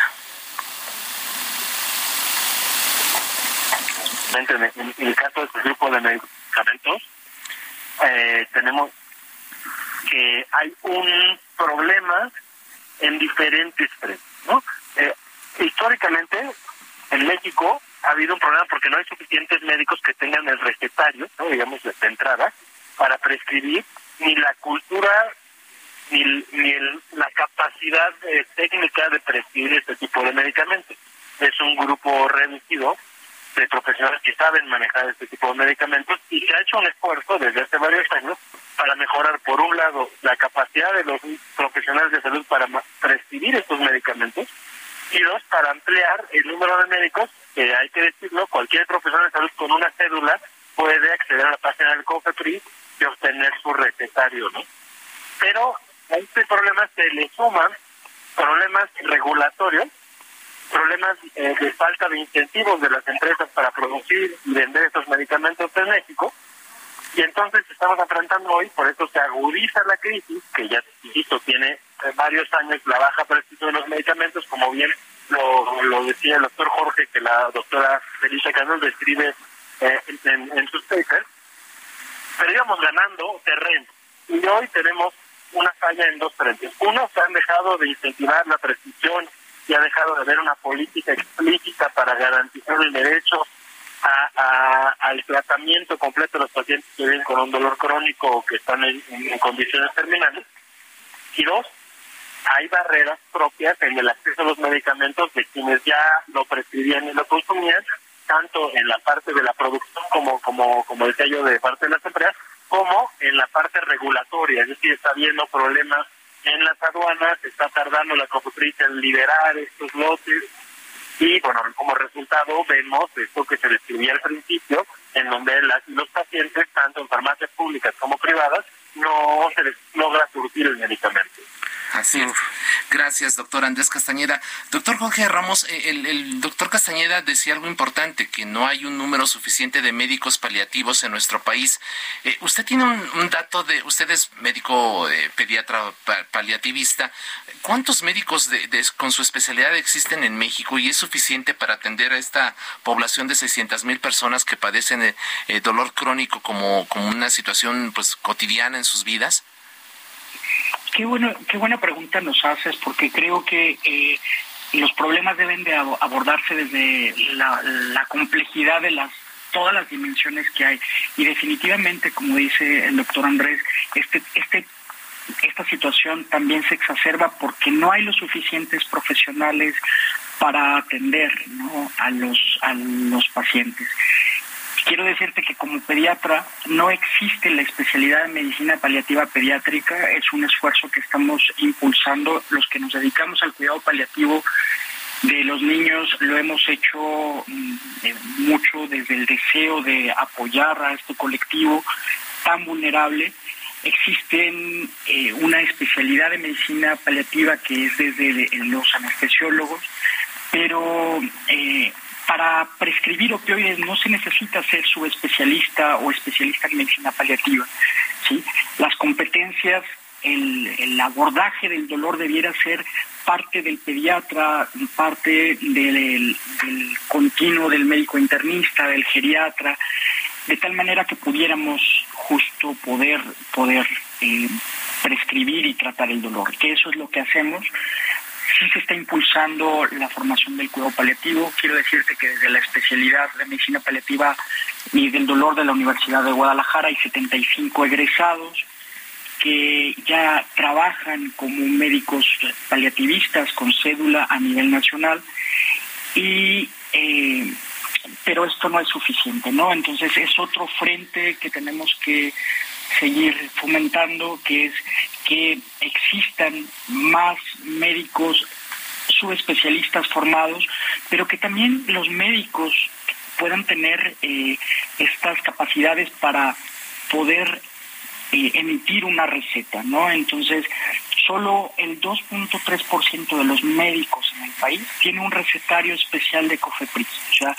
En el caso de este grupo de medicamentos, eh, tenemos que hay un problema en diferentes frentes, ¿no? Eh, históricamente, en México ha habido un problema porque no hay suficientes médicos que tengan el recetario, ¿no? Digamos, de entrada, para prescribir, ni la cultura, ni, ni el, la capacidad eh, técnica de prescribir este tipo de medicamentos. Es un grupo reducido de profesionales que saben manejar este tipo de medicamentos y se ha hecho un esfuerzo desde hace varios años para mejorar, por un lado, la capacidad de los profesionales de salud para prescribir estos medicamentos y dos, para ampliar el número de médicos, que hay que decirlo, cualquier profesional de salud con una cédula puede acceder a la página del COFEPRIS y obtener su recetario, ¿no? Pero a este problema se le suman problemas regulatorios, problemas eh, de falta de incentivos de las empresas para producir y vender estos medicamentos en México, Y entonces estamos enfrentando hoy, por eso se agudiza la crisis, que ya, insisto, tiene varios años la baja prescripción de los medicamentos, como bien lo, lo decía el doctor Jorge, que la doctora Felicia Canós describe eh, en, en sus papers, pero íbamos ganando terreno. Y hoy tenemos una falla en dos frentes. Uno, se han dejado de incentivar la prescripción y ha dejado de haber una política explícita para garantizar el derecho a, a, al tratamiento completo de los pacientes que viven con un dolor crónico o que están en, en condiciones terminales. Y dos, hay barreras propias en el acceso a los medicamentos de quienes ya lo prescribían y lo consumían, tanto en la parte de la producción como, como, como decía yo, de parte de las empresas, como en la parte regulatoria, es decir, está habiendo problemas en las aduanas, está tardando la COFEPRIS en liberar estos lotes, y bueno, como resultado vemos esto que se describía al principio, en donde las, los pacientes, tanto en farmacias públicas como privadas, no se les logra surtir el medicamento. Así es. Gracias, doctor Andrés Castañeda. Doctor Jorge Ramos, el, el doctor Castañeda decía algo importante, que no hay un número suficiente de médicos paliativos en nuestro país. Eh, usted tiene un, un dato de, usted es médico eh, pediatra pa, paliativista. ¿Cuántos médicos de, de, con su especialidad existen en México y es suficiente para atender a esta población de seiscientas mil personas que padecen eh, eh, dolor crónico como, como una situación pues cotidiana en sus vidas? Qué bueno, qué buena pregunta nos haces, porque creo que eh, los problemas deben de abordarse desde la, la complejidad de las todas las dimensiones que hay, y definitivamente, como dice el doctor Andrés, este este esta situación también se exacerba porque no hay los suficientes profesionales para atender, ¿no?, a los a los pacientes. Quiero decirte que como pediatra no existe la especialidad de medicina paliativa pediátrica, es un esfuerzo que estamos impulsando. Los que nos dedicamos al cuidado paliativo de los niños lo hemos hecho eh, mucho desde el deseo de apoyar a este colectivo tan vulnerable. Existen eh, una especialidad de medicina paliativa que es desde los anestesiólogos, pero eh, para prescribir opioides no se necesita ser subespecialista o especialista en medicina paliativa, ¿sí? Las competencias, el, el abordaje del dolor debiera ser parte del pediatra, parte del, del continuo del médico internista, del geriatra, de tal manera que pudiéramos justo poder, poder eh, prescribir y tratar el dolor, que eso es lo que hacemos. Sí se está impulsando la formación del cuidado paliativo. Quiero decirte que desde la especialidad de medicina paliativa y del dolor de la Universidad de Guadalajara hay setenta y cinco egresados que ya trabajan como médicos paliativistas con cédula a nivel nacional, y eh, pero esto no es suficiente, ¿no? Entonces es otro frente que tenemos que seguir fomentando, que es que existan más médicos subespecialistas formados, pero que también los médicos puedan tener eh, estas capacidades para poder eh, emitir una receta, ¿no? Entonces, solo el dos punto tres por ciento de los médicos en el país tiene un recetario especial de COFEPRIS. O sea,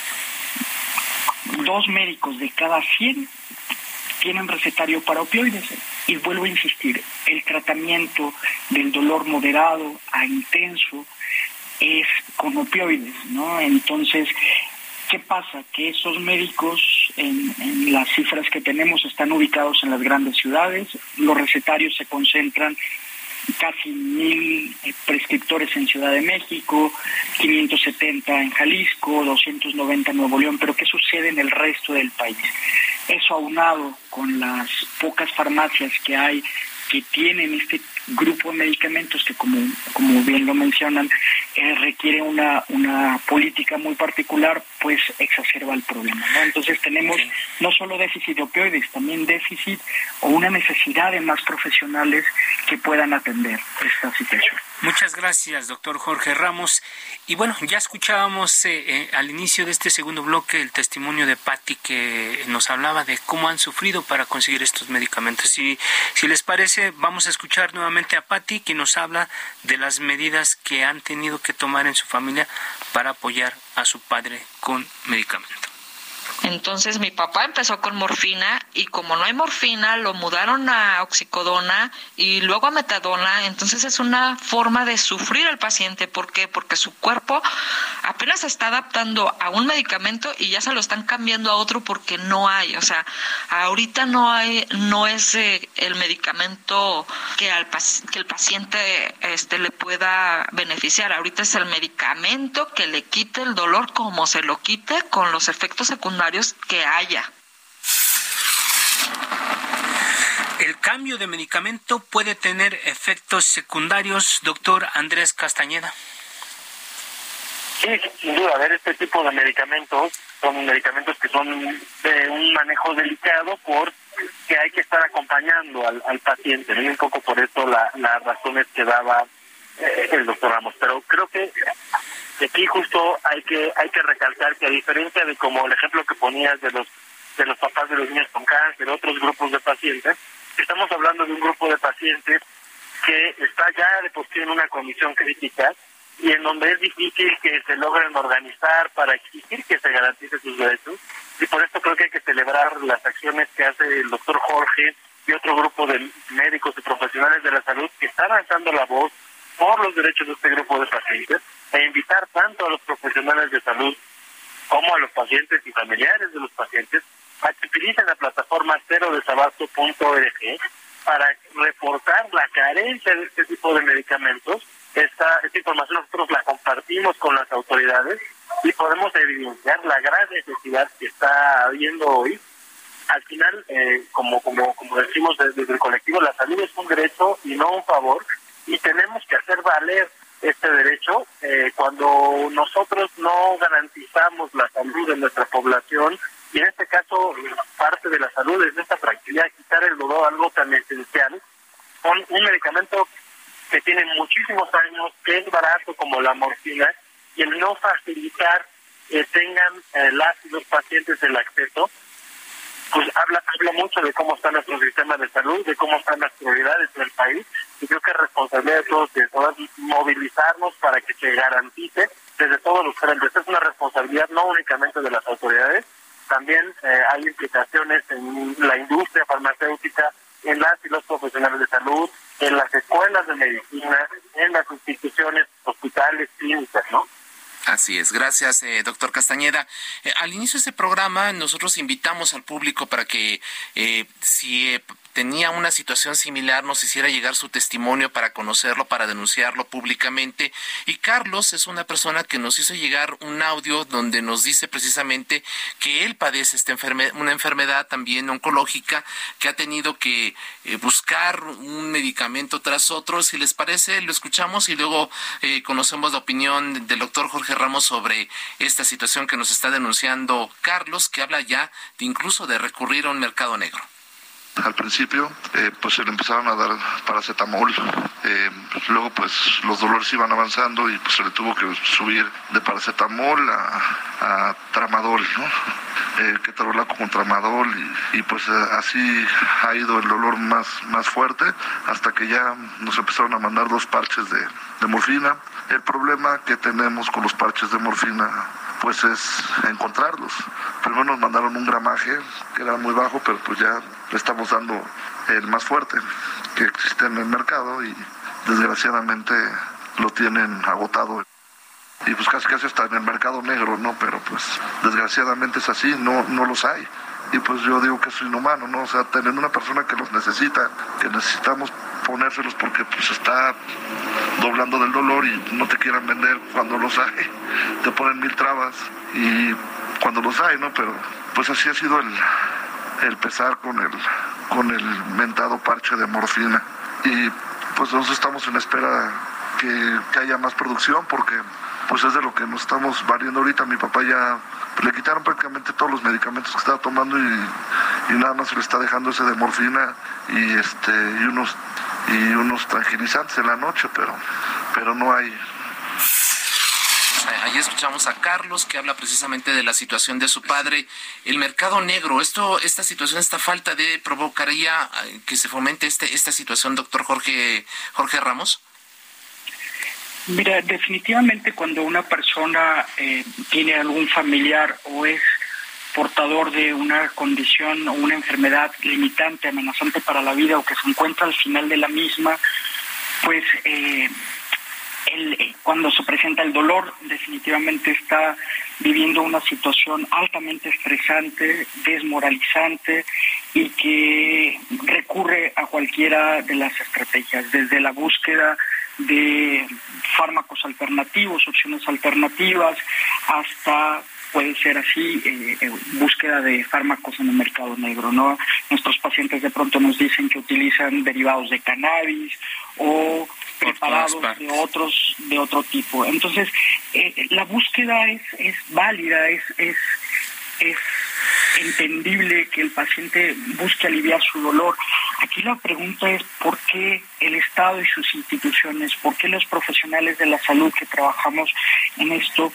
dos médicos de cada cien tienen recetario para opioides. Y vuelvo a insistir, el tratamiento del dolor moderado a intenso es con opioides, ¿no? Entonces, ¿qué pasa? Que esos médicos, en, en las cifras que tenemos, están ubicados en las grandes ciudades. Los recetarios se concentran casi mil prescriptores en Ciudad de México, quinientos setenta en Jalisco, doscientos noventa en Nuevo León, pero ¿qué sucede en el resto del país? Eso aunado con las pocas farmacias que hay que tienen este grupo de medicamentos que, como como bien lo mencionan, eh, requiere una una política muy particular, pues exacerba el problema, ¿no? Entonces tenemos no solo déficit de opioides, también déficit o una necesidad de más profesionales que puedan atender esta situación. Muchas gracias, doctor Jorge Ramos. Y bueno, ya escuchábamos eh, eh, al inicio de este segundo bloque el testimonio de Patti, que nos hablaba de cómo han sufrido para conseguir estos medicamentos. Y si les parece, vamos a escuchar nuevamente a Patti, que nos habla de las medidas que han tenido que tomar en su familia para apoyar a su padre con medicamento. Entonces mi papá empezó con morfina y como no hay morfina, lo mudaron a oxicodona y luego a metadona. Entonces es una forma de sufrir al paciente. ¿Por qué? Porque su cuerpo apenas se está adaptando a un medicamento y ya se lo están cambiando a otro porque no hay. O sea, ahorita no hay, no es eh, el medicamento que al que el paciente este le pueda beneficiar. Ahorita es el medicamento que le quite el dolor como se lo quite, con los efectos secundarios que haya. ¿El cambio de medicamento puede tener efectos secundarios, doctor Andrés Castañeda? Sí, sin duda. A ver, este tipo de medicamentos son medicamentos que son de un manejo delicado porque hay que estar acompañando al, al paciente. ¿no? Y un poco por eso la, las razones que daba eh, el doctor Ramos. Pero creo que aquí justo hay que hay que recalcar que a diferencia de como el ejemplo que ponías de los de los papás de los niños con cáncer, otros grupos de pacientes, estamos hablando de un grupo de pacientes que está ya de por sí en una condición crítica y en donde es difícil que se logren organizar para exigir que se garantice sus derechos, y por esto creo que hay que celebrar las acciones que hace el doctor Jorge y otro grupo de médicos y profesionales de la salud que están alzando la voz por los derechos de este grupo de pacientes, e invitar tanto a los profesionales de salud como a los pacientes y familiares de los pacientes a que utilicen la plataforma cero desabasto punto org para reportar la carencia de este tipo de medicamentos. Esta, esta información nosotros la compartimos con las autoridades y podemos evidenciar la gran necesidad que está habiendo hoy. Al final, eh, como como como decimos desde, desde el colectivo, la salud es un derecho y no un favor, y tenemos que hacer valer este derecho. Eh, cuando nosotros no garantizamos la salud de nuestra población, y en este caso parte de la salud es esta tranquilidad, quitar el dolor, algo tan esencial, con un medicamento que tiene muchísimos años, que es barato como la morfina, y el no facilitar que tengan eh, las y los pacientes el acceso, pues habla habla mucho de cómo está nuestro sistema de salud, de cómo están las prioridades del país, y creo que es responsabilidad de todos, de todas, movilizarnos para que se garantice desde todos los frentes. Esta es una responsabilidad no únicamente de las autoridades, también eh, hay implicaciones en la industria farmacéutica, en las y los profesionales de salud, en las escuelas de medicina, en las instituciones, hospitales, clínicas, ¿no? Así es, gracias, eh, doctor Castañeda. Eh, al inicio de este programa nosotros invitamos al público para que eh, si eh, tenía una situación similar nos hiciera llegar su testimonio para conocerlo, para denunciarlo públicamente. Y Carlos es una persona que nos hizo llegar un audio donde nos dice precisamente que él padece esta enferme- una enfermedad también oncológica, que ha tenido que eh, buscar un medicamento tras otro. Si les parece, lo escuchamos y luego eh, conocemos la opinión del doctor Jorge Ramos sobre esta situación que nos está denunciando Carlos, que habla ya de incluso de recurrir a un mercado negro. Al principio, eh, pues se le empezaron a dar paracetamol, eh, luego pues los dolores iban avanzando y pues se le tuvo que subir de paracetamol a, a tramadol, ¿no? Eh, ketorolaco con tramadol y, y pues eh, así ha ido el dolor más, más fuerte hasta que ya nos empezaron a mandar dos parches de, de morfina. El problema que tenemos con los parches de morfina pues es encontrarlos. Primero nos mandaron un gramaje que era muy bajo, pero pues ya le estamos dando el más fuerte que existe en el mercado y desgraciadamente lo tienen agotado. Y pues casi casi hasta en el mercado negro, ¿no? Pero pues desgraciadamente es así, no, no los hay. Y pues yo digo que es inhumano, ¿no? O sea, teniendo una persona que los necesita, que necesitamos ponérselos porque pues está doblando del dolor y no te quieran vender cuando los hay, te ponen mil trabas y cuando los hay, ¿no? Pero pues así ha sido el, el pesar con el, con el mentado parche de morfina. Y pues nosotros estamos en espera que, que haya más producción porque pues es de lo que nos estamos valiendo ahorita. Mi papá ya le quitaron prácticamente todos los medicamentos que estaba tomando y, y nada más se le está dejando ese de morfina y este y unos y unos tranquilizantes en la noche, pero pero no hay. Ahí escuchamos a Carlos que habla precisamente de la situación de su padre, el mercado negro. Esto, esta situación, esta falta de provocaría que se fomente este esta situación, doctor Jorge Jorge Ramos. Mira, definitivamente cuando una persona eh, tiene algún familiar o es portador de una condición o una enfermedad limitante, amenazante para la vida, o que se encuentra al final de la misma, pues eh, el, cuando se presenta el dolor, definitivamente está viviendo una situación altamente estresante, desmoralizante, y que recurre a cualquiera de las estrategias, desde la búsqueda de fármacos alternativos, opciones alternativas, hasta puede ser así, eh, búsqueda de fármacos en el mercado negro, ¿no? Nuestros pacientes de pronto nos dicen que utilizan derivados de cannabis o preparados de otros de otro tipo. Entonces, eh, la búsqueda es es válida, es es es entendible que el paciente busque aliviar su dolor. Aquí la pregunta es ¿por qué el Estado y sus instituciones, por qué los profesionales de la salud que trabajamos en esto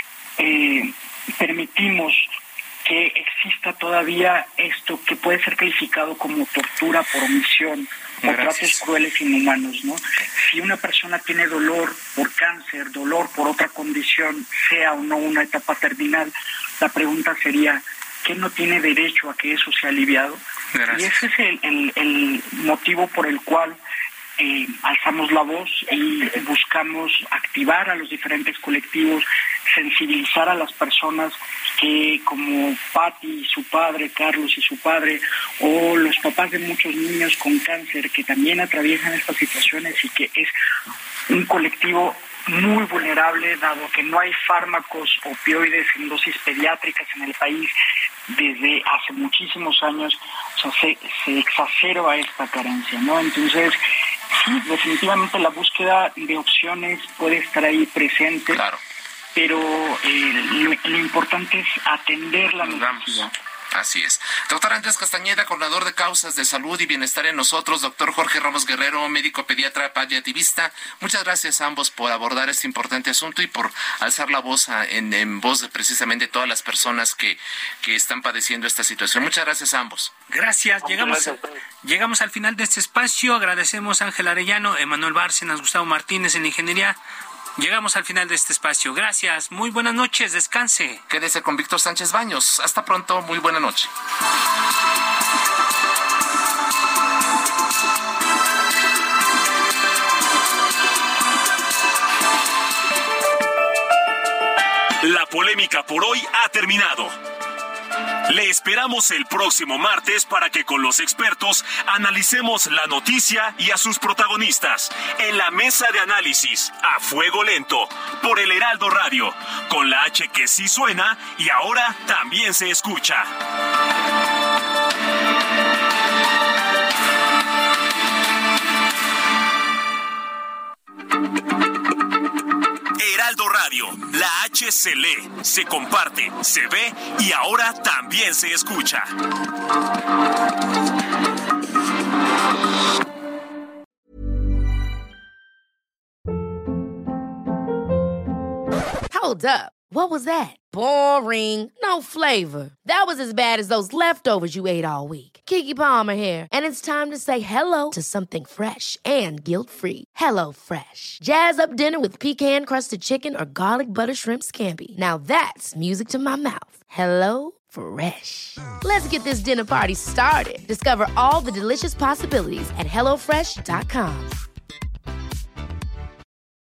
eh, permitimos que exista todavía esto que puede ser calificado como tortura por omisión o tratos crueles e inhumanos, ¿no? Si una persona tiene dolor por cáncer, dolor por otra condición, sea o no una etapa terminal, la pregunta sería ¿qué no tiene derecho a que eso sea aliviado? Gracias. Y ese es el, el, el motivo por el cual eh, alzamos la voz y buscamos activar a los diferentes colectivos, sensibilizar a las personas que, como Patti y su padre, Carlos y su padre, o los papás de muchos niños con cáncer que también atraviesan estas situaciones, y que es un colectivo muy vulnerable, dado que no hay fármacos opioides en dosis pediátricas en el país desde hace muchísimos años. O sea, se, se exacerba esta carencia, ¿no? Entonces, sí, definitivamente la búsqueda de opciones puede estar ahí presente, claro, pero eh, lo, lo importante es atender la necesidad. Así es. Doctor Andrés Castañeda, coordinador de Causas de Salud y Bienestar en Nosotros. Doctor Jorge Ramos Guerrero, médico pediatra paliativista. Muchas gracias a ambos por abordar este importante asunto y por alzar la voz a, en, en voz de precisamente todas las personas que, que están padeciendo esta situación. Muchas gracias a ambos. Gracias. Llegamos, llegamos al final de este espacio. Agradecemos a Ángel Arellano, Emanuel Bárcenas, Gustavo Martínez en la Ingeniería. Llegamos al final de este espacio. Gracias. Muy buenas noches. Descanse. Quédese con Víctor Sánchez Baños. Hasta pronto. Muy buena noche. La polémica por hoy ha terminado. Le esperamos el próximo martes para que con los expertos analicemos la noticia y a sus protagonistas en la mesa de análisis a fuego lento por el Heraldo Radio, con la H que sí suena y ahora también se escucha. Heraldo Radio, la H se lee, se comparte, se ve y ahora también se escucha. Hold up. What was that? Boring. No flavor. That was as bad as those leftovers you ate all week. Keke Palmer here, and it's time to say hello to something fresh and guilt-free. Hello Fresh. Jazz up dinner with pecan-crusted chicken or garlic butter shrimp scampi. Now that's music to my mouth. Hello Fresh. Let's get this dinner party started. Discover all the delicious possibilities at hello fresh dot com.